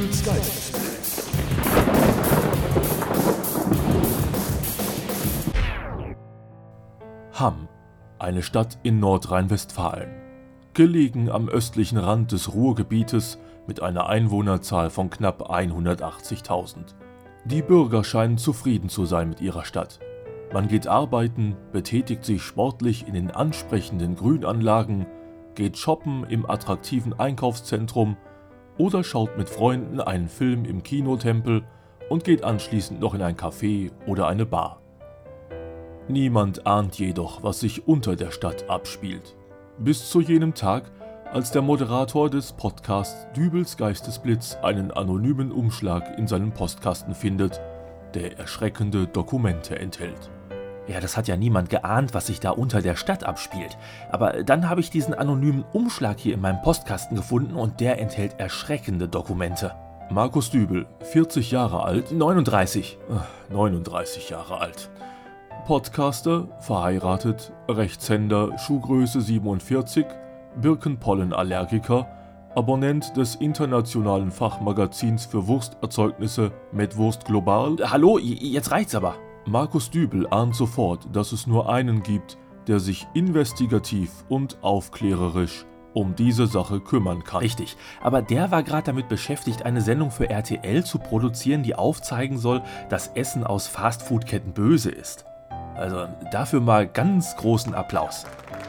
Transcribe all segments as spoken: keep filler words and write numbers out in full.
Dübels Geistesblitz. Hamm, eine Stadt in Nordrhein-Westfalen. Gelegen am östlichen Rand des Ruhrgebietes mit einer Einwohnerzahl von knapp hundertachtzigtausend. Die Bürger scheinen zufrieden zu sein mit ihrer Stadt. Man geht arbeiten, betätigt sich sportlich in den ansprechenden Grünanlagen, geht shoppen im attraktiven Einkaufszentrum oder schaut mit Freunden einen Film im Kinotempel und geht anschließend noch in ein Café oder eine Bar. Niemand ahnt jedoch, was sich unter der Stadt abspielt. Bis zu jenem Tag, als der Moderator des Podcasts Dübels Geistesblitz einen anonymen Umschlag in seinem Postkasten findet, der erschreckende Dokumente enthält. Ja, das hat ja niemand geahnt, was sich da unter der Stadt abspielt. Aber dann habe ich diesen anonymen Umschlag hier in meinem Postkasten gefunden und der enthält erschreckende Dokumente. Markus Dübel, vierzig Jahre alt, neununddreißig. neununddreißig Jahre alt. Podcaster, verheiratet, Rechtshänder, Schuhgröße siebenundvierzig, Birkenpollenallergiker, Abonnent des internationalen Fachmagazins für Wursterzeugnisse Medwurst Global. Hallo, jetzt reicht's aber. Markus Dübel ahnt sofort, dass es nur einen gibt, der sich investigativ und aufklärerisch um diese Sache kümmern kann. Richtig, aber der war gerade damit beschäftigt, eine Sendung für R T L zu produzieren, die aufzeigen soll, dass Essen aus Fastfood-Ketten böse ist. Also dafür mal ganz großen Applaus.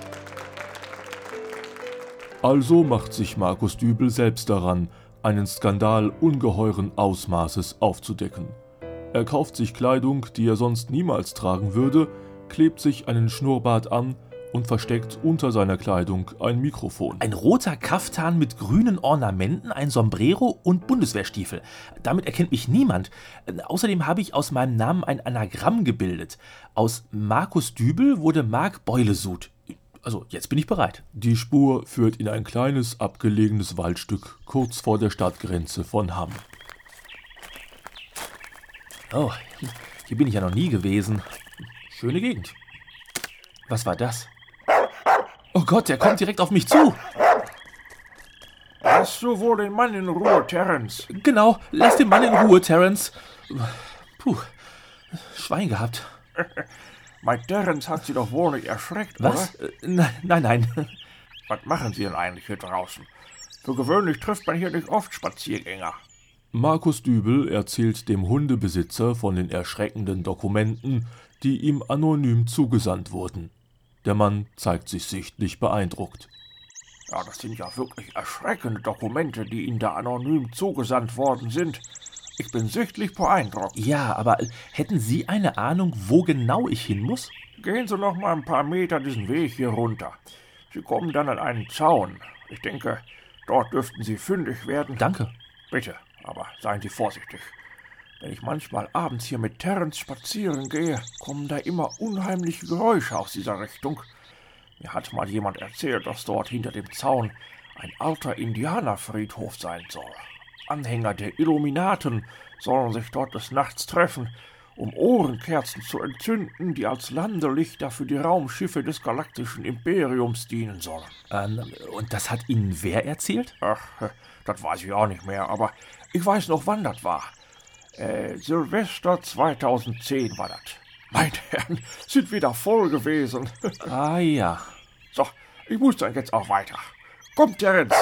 Also macht sich Markus Dübel selbst daran, einen Skandal ungeheuren Ausmaßes aufzudecken. Er kauft sich Kleidung, die er sonst niemals tragen würde, klebt sich einen Schnurrbart an und versteckt unter seiner Kleidung ein Mikrofon. Ein roter Kaftan mit grünen Ornamenten, ein Sombrero und Bundeswehrstiefel. Damit erkennt mich niemand. Außerdem habe ich aus meinem Namen ein Anagramm gebildet. Aus Markus Dübel wurde Mark Beulesud. Also, jetzt bin ich bereit. Die Spur führt in ein kleines, abgelegenes Waldstück kurz vor der Stadtgrenze von Hamm. Oh, hier bin ich ja noch nie gewesen. Schöne Gegend. Was war das? Oh Gott, der kommt direkt auf mich zu. Lass du wohl den Mann in Ruhe, Terence. Genau, lass den Mann in Ruhe, Terence. Puh, Schwein gehabt. Mein Terence hat Sie doch wohl nicht erschreckt, Was? oder? Nein, nein, nein. Was machen Sie denn eigentlich hier draußen? Für gewöhnlich trifft man hier nicht oft Spaziergänger. Markus Dübel erzählt dem Hundebesitzer von den erschreckenden Dokumenten, die ihm anonym zugesandt wurden. Der Mann zeigt sich sichtlich beeindruckt. Ja, das sind ja wirklich erschreckende Dokumente, die Ihnen da anonym zugesandt worden sind. Ich bin sichtlich beeindruckt. Ja, aber hätten Sie eine Ahnung, wo genau ich hin muss? Gehen Sie noch mal ein paar Meter diesen Weg hier runter. Sie kommen dann an einen Zaun. Ich denke, dort dürften Sie fündig werden. Danke. Bitte, aber seien Sie vorsichtig. Wenn ich manchmal abends hier mit Terence spazieren gehe, kommen da immer unheimliche Geräusche aus dieser Richtung. Mir hat mal jemand erzählt, dass dort hinter dem Zaun ein alter Indianerfriedhof sein soll. Anhänger der Illuminaten sollen sich dort des Nachts treffen, um Ohrenkerzen zu entzünden, die als Landelichter für die Raumschiffe des galaktischen Imperiums dienen sollen. Ähm, und das hat Ihnen wer erzählt? Ach, das weiß ich auch nicht mehr, aber ich weiß noch, wann das war. Äh, Silvester zweitausendzehn war das. Meine Herren, sind wieder voll gewesen. Ah ja. So, ich muss dann jetzt auch weiter. Kommt, Terence!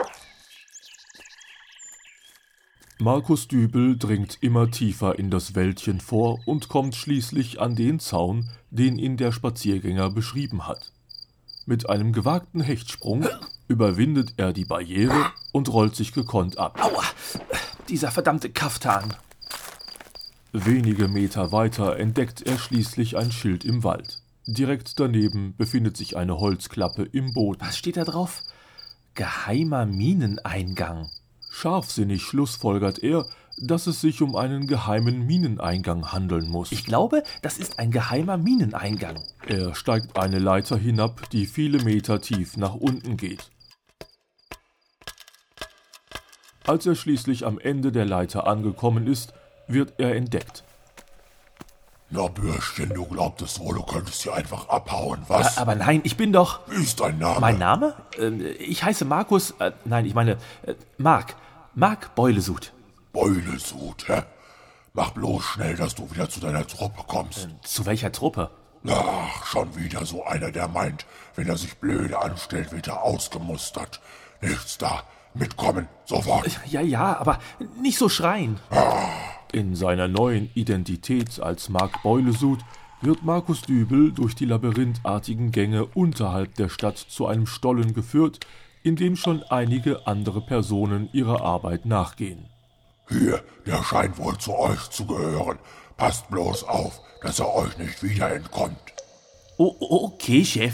Markus Dübel dringt immer tiefer in das Wäldchen vor und kommt schließlich an den Zaun, den ihn der Spaziergänger beschrieben hat. Mit einem gewagten Hechtsprung überwindet er die Barriere und rollt sich gekonnt ab. Aua, dieser verdammte Kaftan. Wenige Meter weiter entdeckt er schließlich ein Schild im Wald. Direkt daneben befindet sich eine Holzklappe im Boden. Was steht da drauf? Geheimer Mineneingang. Scharfsinnig schlussfolgert er, dass es sich um einen geheimen Mineneingang handeln muss. Ich glaube, das ist ein geheimer Mineneingang. Er steigt eine Leiter hinab, die viele Meter tief nach unten geht. Als er schließlich am Ende der Leiter angekommen ist, wird er entdeckt. Na Bürschchen, du glaubtest wohl, du könntest hier einfach abhauen, was? Aber nein, ich bin doch... Wie ist dein Name? Mein Name? Äh, ich heiße Markus... Äh, nein, ich meine... Äh, Mark. Mark Beulesud. Beulesud, hä? Mach bloß schnell, dass du wieder zu deiner Truppe kommst. Äh, zu welcher Truppe? Ach, schon wieder so einer, der meint, wenn er sich blöde anstellt, wird er ausgemustert. Nichts da. Mitkommen, sofort. Ja, ja, aber nicht so schreien. In seiner neuen Identität als Mark Beulesud wird Markus Dübel durch die labyrinthartigen Gänge unterhalb der Stadt zu einem Stollen geführt, in dem schon einige andere Personen ihrer Arbeit nachgehen. Hier, der scheint wohl zu euch zu gehören. Passt bloß auf, dass er euch nicht wieder entkommt. Oh, okay, Chef.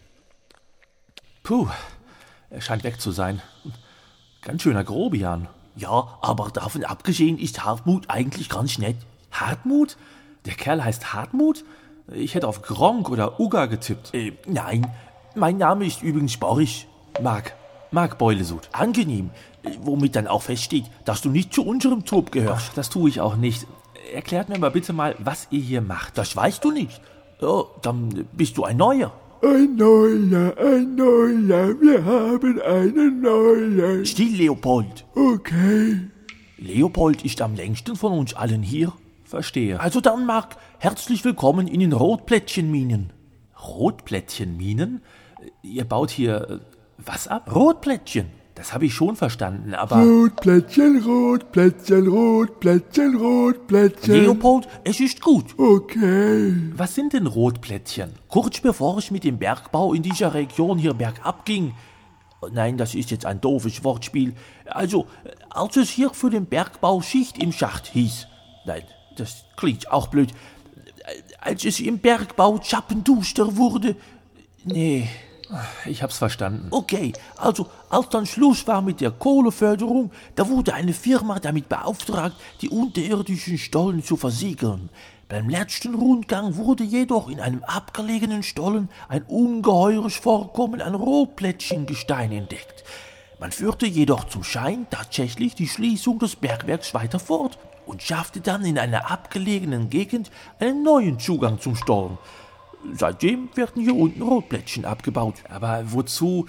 Puh, er scheint weg zu sein. Ganz schöner Grobian. Ja, aber davon abgesehen ist Hartmut eigentlich ganz nett. Hartmut? Der Kerl heißt Hartmut? Ich hätte auf Gronk oder Uga getippt. Äh, nein, mein Name ist übrigens Boris. Mark. Mark Beulesud. Angenehm, womit dann auch feststeht, dass du nicht zu unserem Trupp gehörst. Ach, das tue ich auch nicht. Erklärt mir mal bitte mal, was ihr hier macht. Das weißt du nicht. Ja, dann bist du ein Neuer. Ein Neuer, ein Neuer, wir haben einen Neuen. Still, Leopold. Okay. Leopold ist am längsten von uns allen hier. Verstehe. Also dann, Mark, herzlich willkommen in den Rotplättchenminen. Rotplättchenminen? Ihr baut hier äh, was ab? Rotplättchen. Das habe ich schon verstanden, aber... Rotplättchen, Rotplättchen, Rotplättchen, Rotplättchen. Leopold, es ist gut. Okay. Was sind denn Rotplättchen? Kurz bevor es mit dem Bergbau in dieser Region hier bergab ging... Nein, das ist jetzt ein doofes Wortspiel. Also, als es hier für den Bergbau Schicht im Schacht hieß... Nein, das klingt auch blöd. Als es im Bergbau zappenduster wurde... Nee... Ich hab's verstanden. Okay, also als dann Schluss war mit der Kohleförderung, da wurde eine Firma damit beauftragt, die unterirdischen Stollen zu versiegeln. Beim letzten Rundgang wurde jedoch in einem abgelegenen Stollen ein ungeheures Vorkommen an Rotplättchengestein entdeckt. Man führte jedoch zum Schein tatsächlich die Schließung des Bergwerks weiter fort und schaffte dann in einer abgelegenen Gegend einen neuen Zugang zum Stollen. Seitdem werden hier unten Rotplättchen abgebaut. Aber wozu?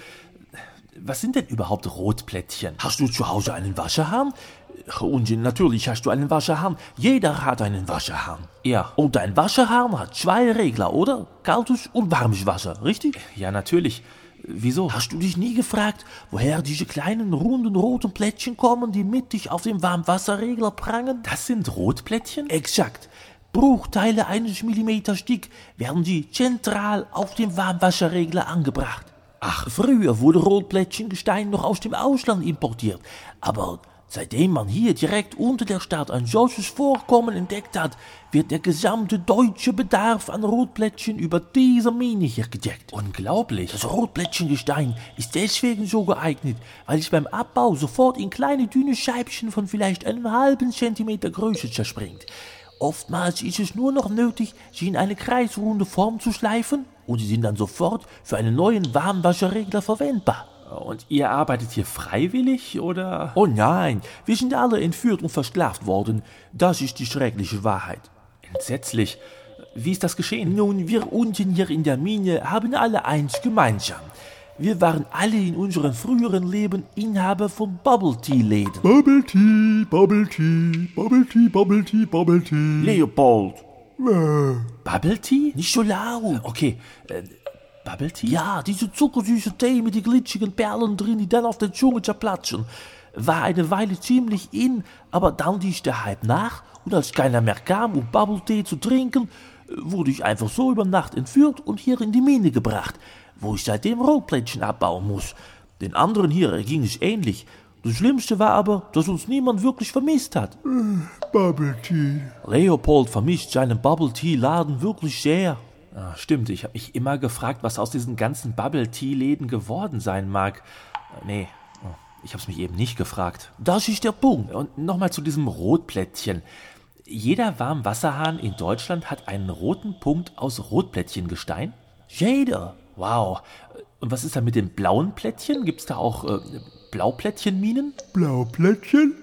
Was sind denn überhaupt Rotplättchen? Hast du zu Hause einen Wasserhahn? Unsinn, natürlich hast du einen Wasserhahn. Jeder hat einen Wasserhahn. Ja. Und ein Wasserhahn hat zwei Regler, oder? Kaltes und warmes Wasser, richtig? Ja, natürlich. Wieso? Hast du dich nie gefragt, woher diese kleinen, runden, roten Plättchen kommen, die mittig auf dem Warmwasserregler prangen? Das sind Rotplättchen? Exakt. Bruchteile eines Millimeters dick werden sie zentral auf dem Warmwasserregler angebracht. Ach, früher wurde Rotplättchengestein noch aus dem Ausland importiert, aber seitdem man hier direkt unter der Stadt ein solches Vorkommen entdeckt hat, wird der gesamte deutsche Bedarf an Rotplättchen über diese Mine hier gedeckt. Unglaublich. Das Rotplättchengestein ist deswegen so geeignet, weil es beim Abbau sofort in kleine dünne Scheibchen von vielleicht einem halben Zentimeter Größe zerspringt. Oftmals ist es nur noch nötig, sie in eine kreisrunde Form zu schleifen und sie sind dann sofort für einen neuen Warmwasserregler verwendbar. Und ihr arbeitet hier freiwillig, oder? Oh nein, wir sind alle entführt und versklavt worden. Das ist die schreckliche Wahrheit. Entsetzlich. Wie ist das geschehen? Nun, wir unten hier in der Mine haben alle eins gemeinsam. Wir waren alle in unserem früheren Leben Inhaber von Bubble-Tea-Läden. Bubble Tea, Bubble Tea, Bubble Tea, Bubble Tea, Bubble Tea. Leopold. Äh. Bubble Tea? Nicht so laut. Okay, äh, Bubble Tea? Ja, diese zuckersüße Tee mit den glitschigen Perlen drin, die dann auf der Zunge zerplatschen. War eine Weile ziemlich in, aber dann ließ der Hype nach und als keiner mehr kam, um Bubble Tea zu trinken, wurde ich einfach so über Nacht entführt und hier in die Mine gebracht, wo ich seitdem Rotplättchen abbauen muss. Den anderen hier ging es ähnlich. Das Schlimmste war aber, dass uns niemand wirklich vermisst hat. Bubble Tea. Leopold vermisst seinen Bubble Tea Laden wirklich sehr. Ah, stimmt, ich habe mich immer gefragt, was aus diesen ganzen Bubble Tea Läden geworden sein mag. Nee, ich habe es mich eben nicht gefragt. Das ist der Punkt. Und nochmal zu diesem Rotplättchen. Jeder Warmwasserhahn in Deutschland hat einen roten Punkt aus Rotplättchengestein? Jeder. Wow. Und was ist da mit den blauen Plättchen? Gibt es da auch äh, Blauplättchenminen? Blauplättchen?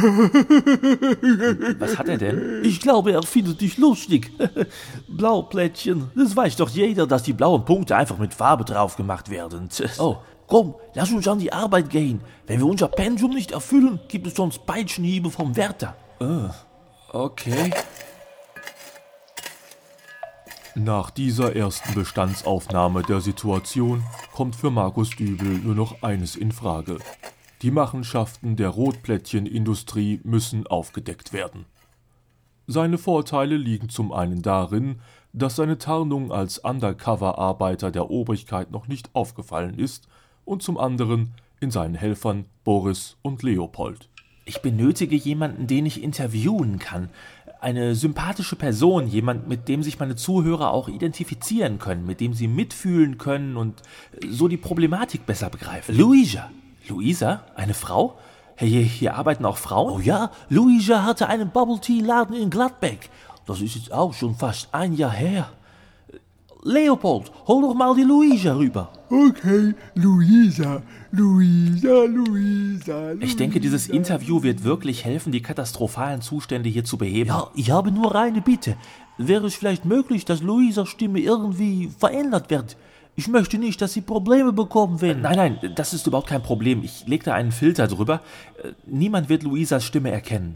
Was hat er denn? Ich glaube, er findet dich lustig. Blauplättchen. Das weiß doch jeder, dass die blauen Punkte einfach mit Farbe drauf gemacht werden. Oh. komm, lass uns an die Arbeit gehen. Wenn wir unser Pensum nicht erfüllen, gibt es sonst Peitschenhiebe vom Wärter. Äh, okay. Nach dieser ersten Bestandsaufnahme der Situation kommt für Markus Dübel nur noch eines in Frage. Die Machenschaften der Rotplättchenindustrie müssen aufgedeckt werden. Seine Vorteile liegen zum einen darin, dass seine Tarnung als Undercover-Arbeiter der Obrigkeit noch nicht aufgefallen ist, und zum anderen in seinen Helfern Boris und Leopold. Ich benötige jemanden, den ich interviewen kann. Eine sympathische Person, jemand, mit dem sich meine Zuhörer auch identifizieren können, mit dem sie mitfühlen können und so die Problematik besser begreifen. Luisa. Luisa? Eine Frau? Hier, hier arbeiten auch Frauen? Oh ja, Luisa hatte einen Bubble-Tea-Laden in Gladbeck. Das ist jetzt auch schon fast ein Jahr her. Leopold, hol doch mal die Luisa rüber. Okay, Luisa, Luisa, Luisa, Luisa. Ich denke, dieses Interview wird wirklich helfen, die katastrophalen Zustände hier zu beheben. Ja, ich habe nur eine Bitte. Wäre es vielleicht möglich, dass Luisas Stimme irgendwie verändert wird? Ich möchte nicht, dass sie Probleme bekommen, wenn... Nein, nein, das ist überhaupt kein Problem. Ich lege da einen Filter drüber. Niemand wird Luisas Stimme erkennen.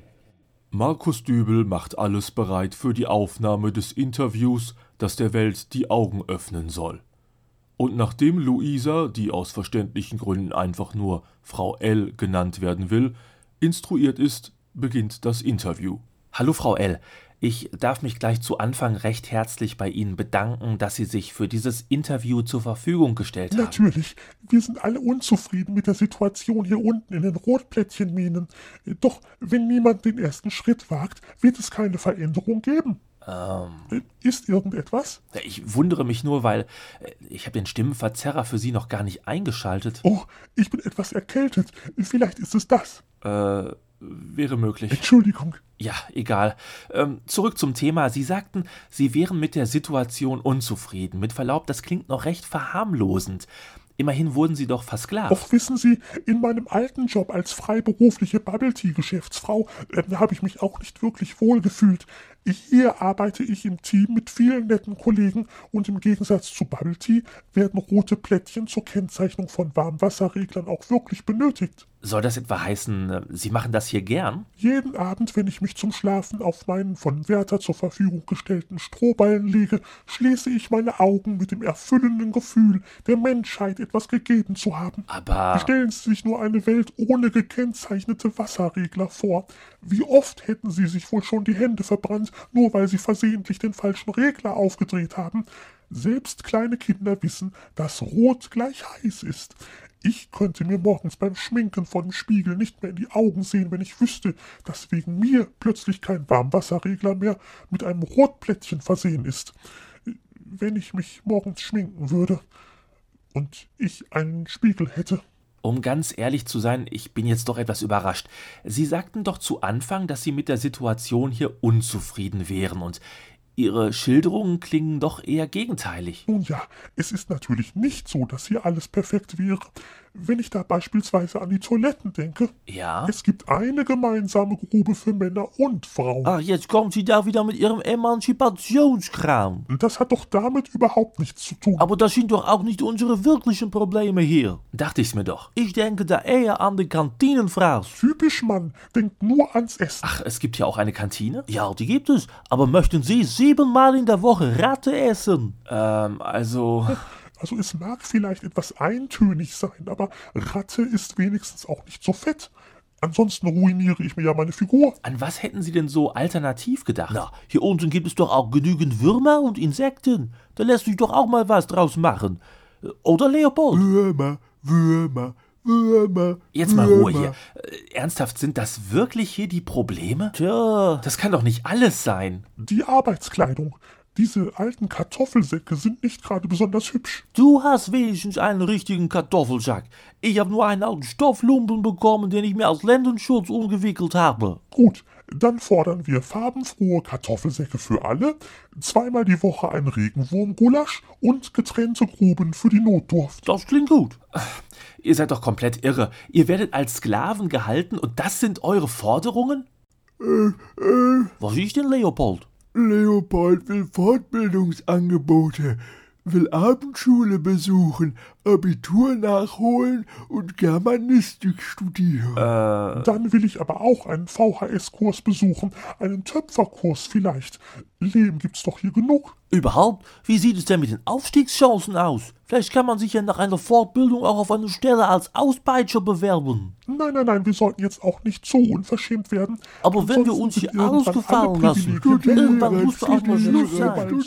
Markus Dübel macht alles bereit für die Aufnahme des Interviews, das der Welt die Augen öffnen soll. Und nachdem Luisa, die aus verständlichen Gründen einfach nur Frau L. genannt werden will, instruiert ist, beginnt das Interview. Hallo Frau L., ich darf mich gleich zu Anfang recht herzlich bei Ihnen bedanken, dass Sie sich für dieses Interview zur Verfügung gestellt haben. Natürlich, wir sind alle unzufrieden mit der Situation hier unten in den Rotplättchenminen. Doch wenn niemand den ersten Schritt wagt, wird es keine Veränderung geben. Ähm, Ist irgendetwas? Ich wundere mich nur, weil ich habe den Stimmenverzerrer für Sie noch gar nicht eingeschaltet. Oh, ich bin etwas erkältet. Vielleicht ist es das. Äh, wäre möglich. Entschuldigung. Ja, egal. Ähm, zurück zum Thema. Sie sagten, Sie wären mit der Situation unzufrieden. Mit Verlaub, das klingt noch recht verharmlosend. Immerhin wurden Sie doch versklavt. Doch wissen Sie, in meinem alten Job als freiberufliche Bubble-Tea-Geschäftsfrau äh, habe ich mich auch nicht wirklich wohl gefühlt. Hier arbeite ich im Team mit vielen netten Kollegen und im Gegensatz zu Bubble Tea werden rote Plättchen zur Kennzeichnung von Warmwasserreglern auch wirklich benötigt. Soll das etwa heißen, Sie machen das hier gern? Jeden Abend, wenn ich mich zum Schlafen auf meinen von Wärter zur Verfügung gestellten Strohballen lege, schließe ich meine Augen mit dem erfüllenden Gefühl, der Menschheit etwas gegeben zu haben. Aber... Stellen Sie sich nur eine Welt ohne gekennzeichnete Wasserregler vor. Wie oft hätten Sie sich wohl schon die Hände verbrannt, nur weil Sie versehentlich den falschen Regler aufgedreht haben? Selbst kleine Kinder wissen, dass Rot gleich heiß ist. Ich könnte mir morgens beim Schminken vor dem Spiegel nicht mehr in die Augen sehen, wenn ich wüsste, dass wegen mir plötzlich kein Warmwasserregler mehr mit einem Rotplättchen versehen ist. Wenn ich mich morgens schminken würde und ich einen Spiegel hätte. Um ganz ehrlich zu sein, ich bin jetzt doch etwas überrascht. Sie sagten doch zu Anfang, dass Sie mit der Situation hier unzufrieden wären und Ihre Schilderungen klingen doch eher gegenteilig. Nun ja, es ist natürlich nicht so, dass hier alles perfekt wäre. Wenn ich da beispielsweise an die Toiletten denke, ja? Es gibt eine gemeinsame Grube für Männer und Frauen. Ach, jetzt kommt sie da wieder mit ihrem Emanzipationskram. Das hat doch damit überhaupt nichts zu tun. Aber das sind doch auch nicht unsere wirklichen Probleme hier. Dachte ich's mir doch. Ich denke da eher an die Kantinenfrau. Typisch Mann, denkt nur ans Essen. Ach, es gibt ja auch eine Kantine? Ja, die gibt es. Aber möchten Sie siebenmal in der Woche Ratte essen? Ähm, also... Also es mag vielleicht etwas eintönig sein, aber Ratte ist wenigstens auch nicht so fett. Ansonsten ruiniere ich mir ja meine Figur. An was hätten Sie denn so alternativ gedacht? Na, hier unten gibt es doch auch genügend Würmer und Insekten. Da lässt sich doch auch mal was draus machen. Oder Leopold? Würmer, Würmer, Würmer. Jetzt mal Würmer. Ruhe hier. Äh, ernsthaft, sind das wirklich hier die Probleme? Tja, Das kann doch nicht alles sein. Die Arbeitskleidung. Diese alten Kartoffelsäcke sind nicht gerade besonders hübsch. du hast wenigstens einen richtigen Kartoffelsack. Ich habe nur einen alten Stofflumpen bekommen, den ich mir als Lendenschutz umgewickelt habe. Gut, dann fordern wir farbenfrohe Kartoffelsäcke für alle, zweimal die Woche ein Regenwurmgulasch und getrennte Gruben für die Notdurft. Das klingt gut. Ihr seid doch komplett irre. Ihr werdet als Sklaven gehalten und das sind eure Forderungen? Äh, äh, Was ist denn Leopold? Leopold will Fortbildungsangebote, will Abendschule besuchen, Abitur nachholen und Germanistik studieren. Äh, Dann will ich aber auch einen V H S-Kurs besuchen, einen Töpferkurs vielleicht. Lehm gibt's doch hier genug. Überhaupt, wie sieht es denn mit den Aufstiegschancen aus? Vielleicht kann man sich ja nach einer Fortbildung auch auf eine Stelle als Auspeitscher bewerben. Nein, nein, nein, wir sollten jetzt auch nicht so unverschämt werden. Aber wenn wir uns hier alles gefallen lassen, irgendwann muss auch mal Schluss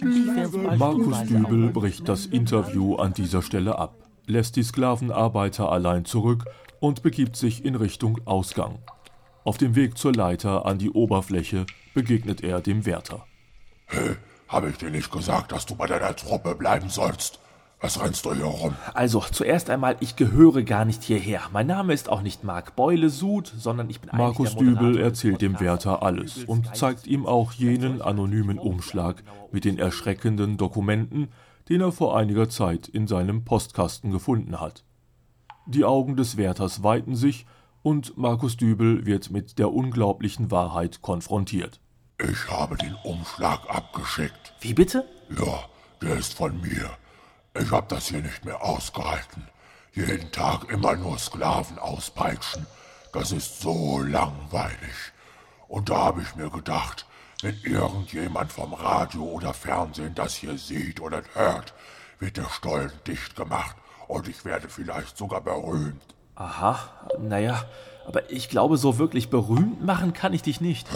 sein. Markus Dübel bricht das Interview an dieser Stelle ab, lässt die Sklavenarbeiter allein zurück und begibt sich in Richtung Ausgang. Auf dem Weg zur Leiter an die Oberfläche begegnet er dem Wärter. Hey, habe ich dir nicht gesagt, dass du bei deiner Truppe bleiben sollst? Was rennst du hier rum? Also, zuerst einmal, ich gehöre gar nicht hierher. Mein Name ist auch nicht Mark Beule-Sud, sondern ich bin eigentlich Markus der Moderator Dübel des erzählt dem Podcasts. Wärter alles und zeigt ihm auch jenen anonymen Umschlag mit den erschreckenden Dokumenten, den er vor einiger Zeit in seinem Postkasten gefunden hat. Die Augen des Wärters weiten sich und Markus Dübel wird mit der unglaublichen Wahrheit konfrontiert. Ich habe den Umschlag abgeschickt. Wie bitte? Ja, der ist von mir. Ich hab das hier nicht mehr ausgehalten. Jeden Tag immer nur Sklaven auspeitschen. Das ist so langweilig. Und da habe ich mir gedacht, wenn irgendjemand vom Radio oder Fernsehen das hier sieht oder hört, wird der Stollen dicht gemacht und ich werde vielleicht sogar berühmt. Aha, naja, aber ich glaube, so wirklich berühmt machen kann ich dich nicht.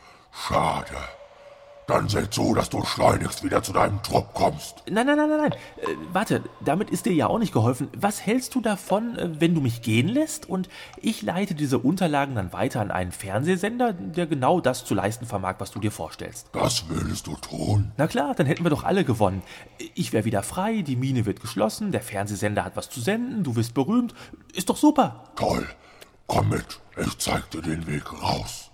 Schade. Dann seh zu, dass du schleunigst wieder zu deinem Trupp kommst. Nein, nein, nein, nein, nein. Äh, warte, damit ist dir ja auch nicht geholfen. Was hältst du davon, äh, wenn du mich gehen lässt und ich leite diese Unterlagen dann weiter an einen Fernsehsender, der genau das zu leisten vermag, was du dir vorstellst? Das willst du tun? Na klar, dann hätten wir doch alle gewonnen. Ich wäre wieder frei, die Mine wird geschlossen, der Fernsehsender hat was zu senden, du wirst berühmt. Ist doch super. Toll. Komm mit, ich zeig dir den Weg raus.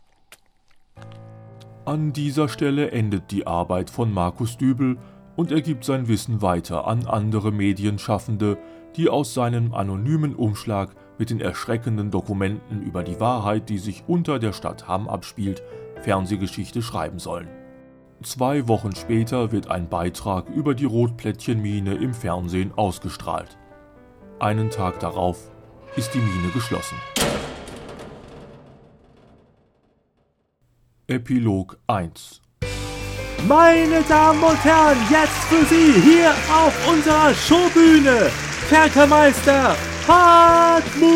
An dieser Stelle endet die Arbeit von Markus Dübel und er gibt sein Wissen weiter an andere Medienschaffende, die aus seinem anonymen Umschlag mit den erschreckenden Dokumenten über die Wahrheit, die sich unter der Stadt Hamm abspielt, Fernsehgeschichte schreiben sollen. Zwei Wochen später wird ein Beitrag über die Rotplättchenmine im Fernsehen ausgestrahlt. Einen Tag darauf ist die Mine geschlossen. Epilog eins. Meine Damen und Herren, jetzt für Sie hier auf unserer Showbühne Kerkermeister Hartmut!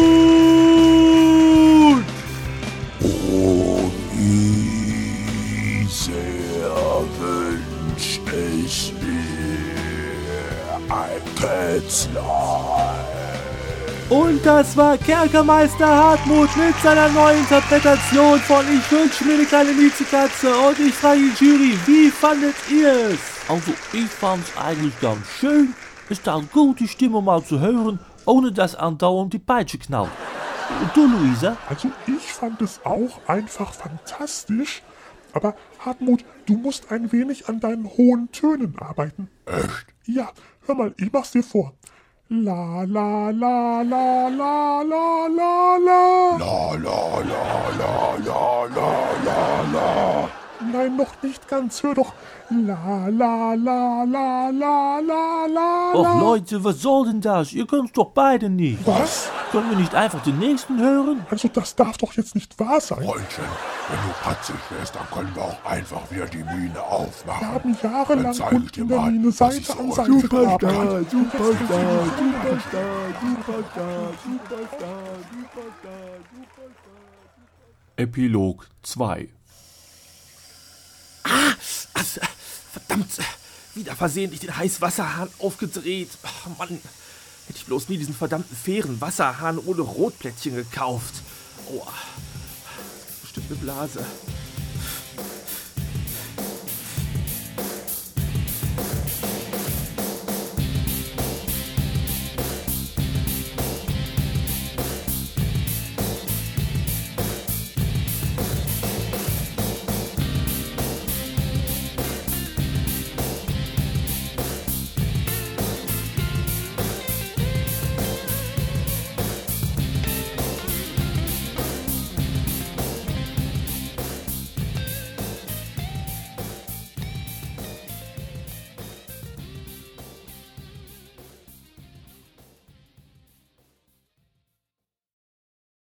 Oh, wie sehr wünsch ich mir ein Kätzlein. Und das war Kerkermeister Hartmut mit seiner neuen Interpretation von Ich wünsche mir eine kleine Miezekatze. Und ich frage die Jury, wie fandet ihr es? Also ich fand's eigentlich ganz schön. Es tat gut, die Stimme mal zu hören, ohne dass andauernd die Peitsche knallt. Und du, Luisa? Also ich fand es auch einfach fantastisch. Aber Hartmut, du musst ein wenig an deinen hohen Tönen arbeiten. Echt? Ja, hör mal, ich mach's dir vor. La la la la la la la la. La la la la la la la la. Nein, noch nicht ganz. Hör doch. La la la la la la la. Och Leute, was soll denn das? Ihr könnt's doch beide nicht. Was? Können wir nicht einfach den nächsten hören? Also das darf doch jetzt nicht wahr sein. Freundchen, wenn du patzig wärst, dann können wir auch einfach wieder die Mine aufmachen. Wir haben jahrelang Dann zeig ich unten dir in der mal, Mine was Seite ich so an euch Seite Superstar, gearbeitet. Superstar, Superstar, Superstar, Superstar, Superstar, Superstar. Epilog zwei. Ah, also, verdammt, wieder versehentlich den Heißwasserhahn aufgedreht. Ach, Mann, hätte ich bloß nie diesen verdammten fairen Wasserhahn ohne Rotplättchen gekauft. Aua, bestimmt eine Blase.